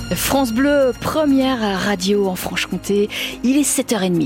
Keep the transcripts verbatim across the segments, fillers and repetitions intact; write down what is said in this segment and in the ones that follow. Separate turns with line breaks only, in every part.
France Bleu, première radio en Franche-Comté, il est sept heures trente.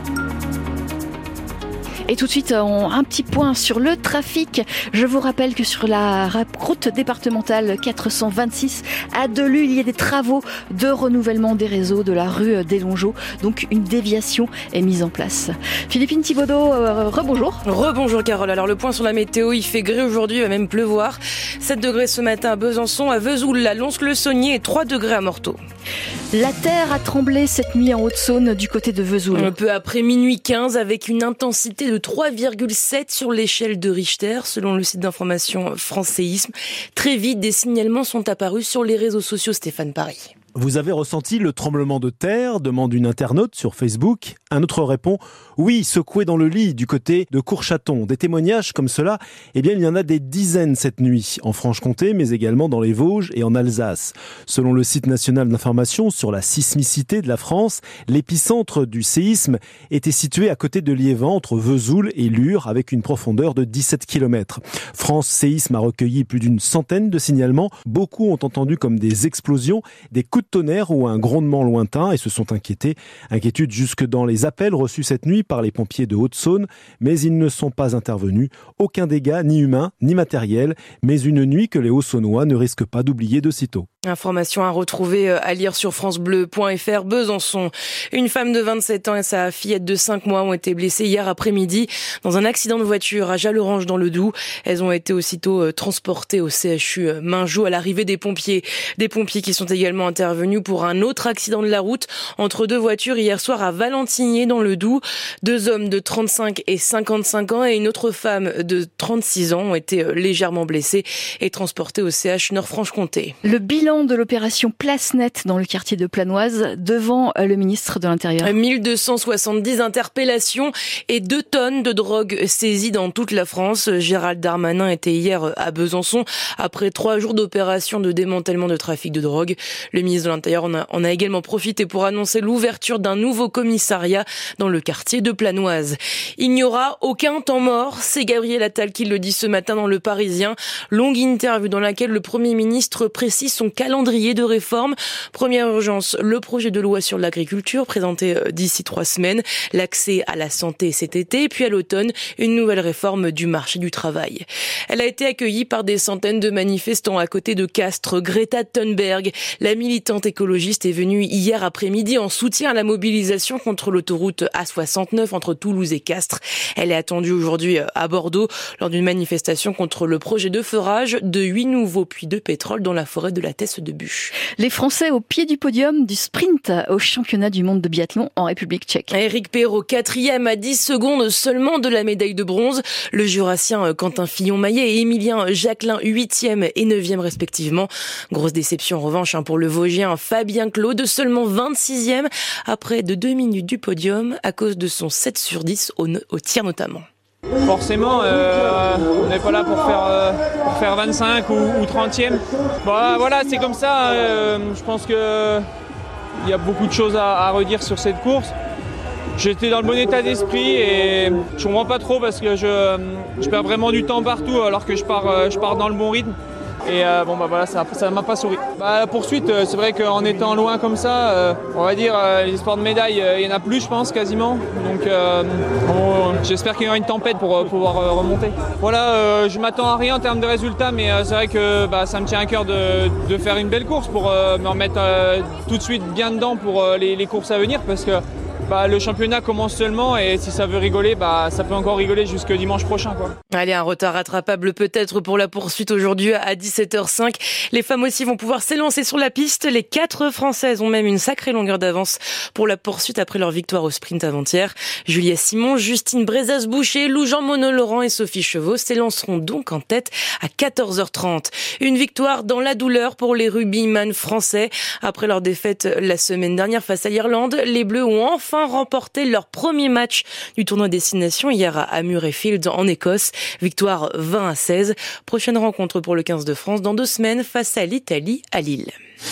Et tout de suite, on, un petit point sur le trafic. Je vous rappelle que sur la route départementale quatre cent vingt-six à Delu, il y a des travaux de renouvellement des réseaux de la rue des Longeaux. Donc une déviation est mise en place. Philippine Thibaudot, euh, rebonjour.
Rebonjour Carole. Alors le point sur la météo, il fait gris aujourd'hui, il va même pleuvoir. sept degrés ce matin à Besançon, à Vesoul, à Lons-le-Saunier et trois degrés à Morteau.
La terre a tremblé cette nuit en Haute-Saône du côté de Vesoul.
Un peu après minuit quinze avec une intensité de trois virgule sept sur l'échelle de Richter, selon le site d'information France Séisme. Très vite, des signalements sont apparus sur les réseaux sociaux. Stéphane Paris.
Vous avez ressenti le tremblement de terre ? Demande une internaute sur Facebook. Un autre répond « Oui, secoué dans le lit du côté de Courchaton ». Des témoignages comme cela, eh bien, il y en a des dizaines cette nuit, en Franche-Comté, mais également dans les Vosges et en Alsace. Selon le site national d'information sur la sismicité de la France, l'épicentre du séisme était situé à côté de Liévin, entre Vesoul et Lure, avec une profondeur de dix-sept kilomètres. France Séisme a recueilli plus d'une centaine de signalements. Beaucoup ont entendu comme des explosions, des coups de tonnerre ou un grondement lointain et se sont inquiétés. Inquiétude jusque dans les appels reçus cette nuit par les pompiers de Haute-Saône, mais ils ne sont pas intervenus. Aucun dégât, ni humain, ni matériel, mais une nuit que les Hauts-Saônois ne risquent pas d'oublier de sitôt.
Information à retrouver, à lire sur francebleu point fr. Besançon. Une femme de vingt-sept ans et sa fillette de cinq mois ont été blessées hier après-midi dans un accident de voiture à Jallerange dans le Doubs. Elles ont été aussitôt transportées au C H U Minjou à l'arrivée des pompiers. Des pompiers qui sont également intervenus pour un autre accident de la route entre deux voitures hier soir à Valentinier dans le Doubs. Deux hommes de trente-cinq et cinquante-cinq ans et une autre femme de trente-six ans ont été légèrement blessés et transportés au C H Nord-Franche-Comté.
Le bilan de l'opération Place Nette dans le quartier de Planoise devant le ministre de l'Intérieur.
mille deux cent soixante-dix interpellations et deux tonnes de drogue saisies dans toute la France. Gérald Darmanin était hier à Besançon après trois jours d'opération de démantèlement de trafic de drogue. Le ministre de l'Intérieur en a, en a également profité pour annoncer l'ouverture d'un nouveau commissariat dans le quartier de Planoise. Il n'y aura aucun temps mort, c'est Gabriel Attal qui le dit ce matin dans Le Parisien. Longue interview dans laquelle le Premier ministre précise son calendrier de réforme. Première urgence, le projet de loi sur l'agriculture présenté d'ici trois semaines, l'accès à la santé cet été, puis à l'automne, une nouvelle réforme du marché du travail. Elle a été accueillie par des centaines de manifestants à côté de Castres. Greta Thunberg, la militante écologiste, est venue hier après-midi en soutien à la mobilisation contre l'autoroute A soixante-neuf entre Toulouse et Castres. Elle est attendue aujourd'hui à Bordeaux lors d'une manifestation contre le projet de forage de huit nouveaux puits de pétrole dans la forêt de la Teste de Buch.
Les Français au pied du podium du sprint au championnat du monde de biathlon en République tchèque.
Éric Perrault, quatrième à dix secondes seulement de la médaille de bronze. Le Jurassien Quentin Fillon-Maillet et Émilien Jacquelin, huitième et neuvième respectivement. Grosse déception en revanche pour le Vosgien Fabien Claude, seulement vingt-sixième après de deux minutes du podium à cause de son sept sur dix au, au tir notamment.
Forcément, euh, on n'est pas là pour faire, euh, pour faire vingt-cinq ou, ou trentième. Bon, voilà, c'est comme ça. Euh, je pense qu'il y a beaucoup de choses à, à redire sur cette course. J'étais dans le bon état d'esprit et je comprends pas trop parce que je, je perds vraiment du temps partout alors que je pars, je pars dans le bon rythme. Et euh, bon bah voilà, ça ça m'a pas souri. Bah la poursuite, euh, c'est vrai qu'en étant loin comme ça, euh, on va dire euh, les sports de médailles, il euh, y en a plus je pense quasiment. Donc euh, on, j'espère qu'il y aura une tempête pour euh, pouvoir euh, remonter. Voilà, euh, je m'attends à rien en termes de résultats, mais euh, c'est vrai que bah, ça me tient à cœur de, de faire une belle course pour euh, me remettre euh, tout de suite bien dedans pour euh, les, les courses à venir parce que bah, le championnat commence seulement et si ça veut rigoler, bah, ça peut encore rigoler jusque dimanche prochain, quoi.
Allez, un retard rattrapable peut-être pour la poursuite aujourd'hui à dix-sept heures cinq. Les femmes aussi vont pouvoir s'élancer sur la piste. Les quatre Françaises ont même une sacrée longueur d'avance pour la poursuite après leur victoire au sprint avant-hier. Julia Simon, Justine Brezas-Boucher, Lou Jean Monod-Laurent et Sophie Chevaux s'élanceront donc en tête à quatorze heures trente. Une victoire dans la douleur pour les rugbyman français. Après leur défaite la semaine dernière face à l'Irlande, les Bleus ont enfin remporté leur premier match du tournoi Destination hier à Murrayfield en Écosse. Victoire vingt à seize. Prochaine rencontre pour le quinze de France dans deux semaines face à l'Italie à Lille.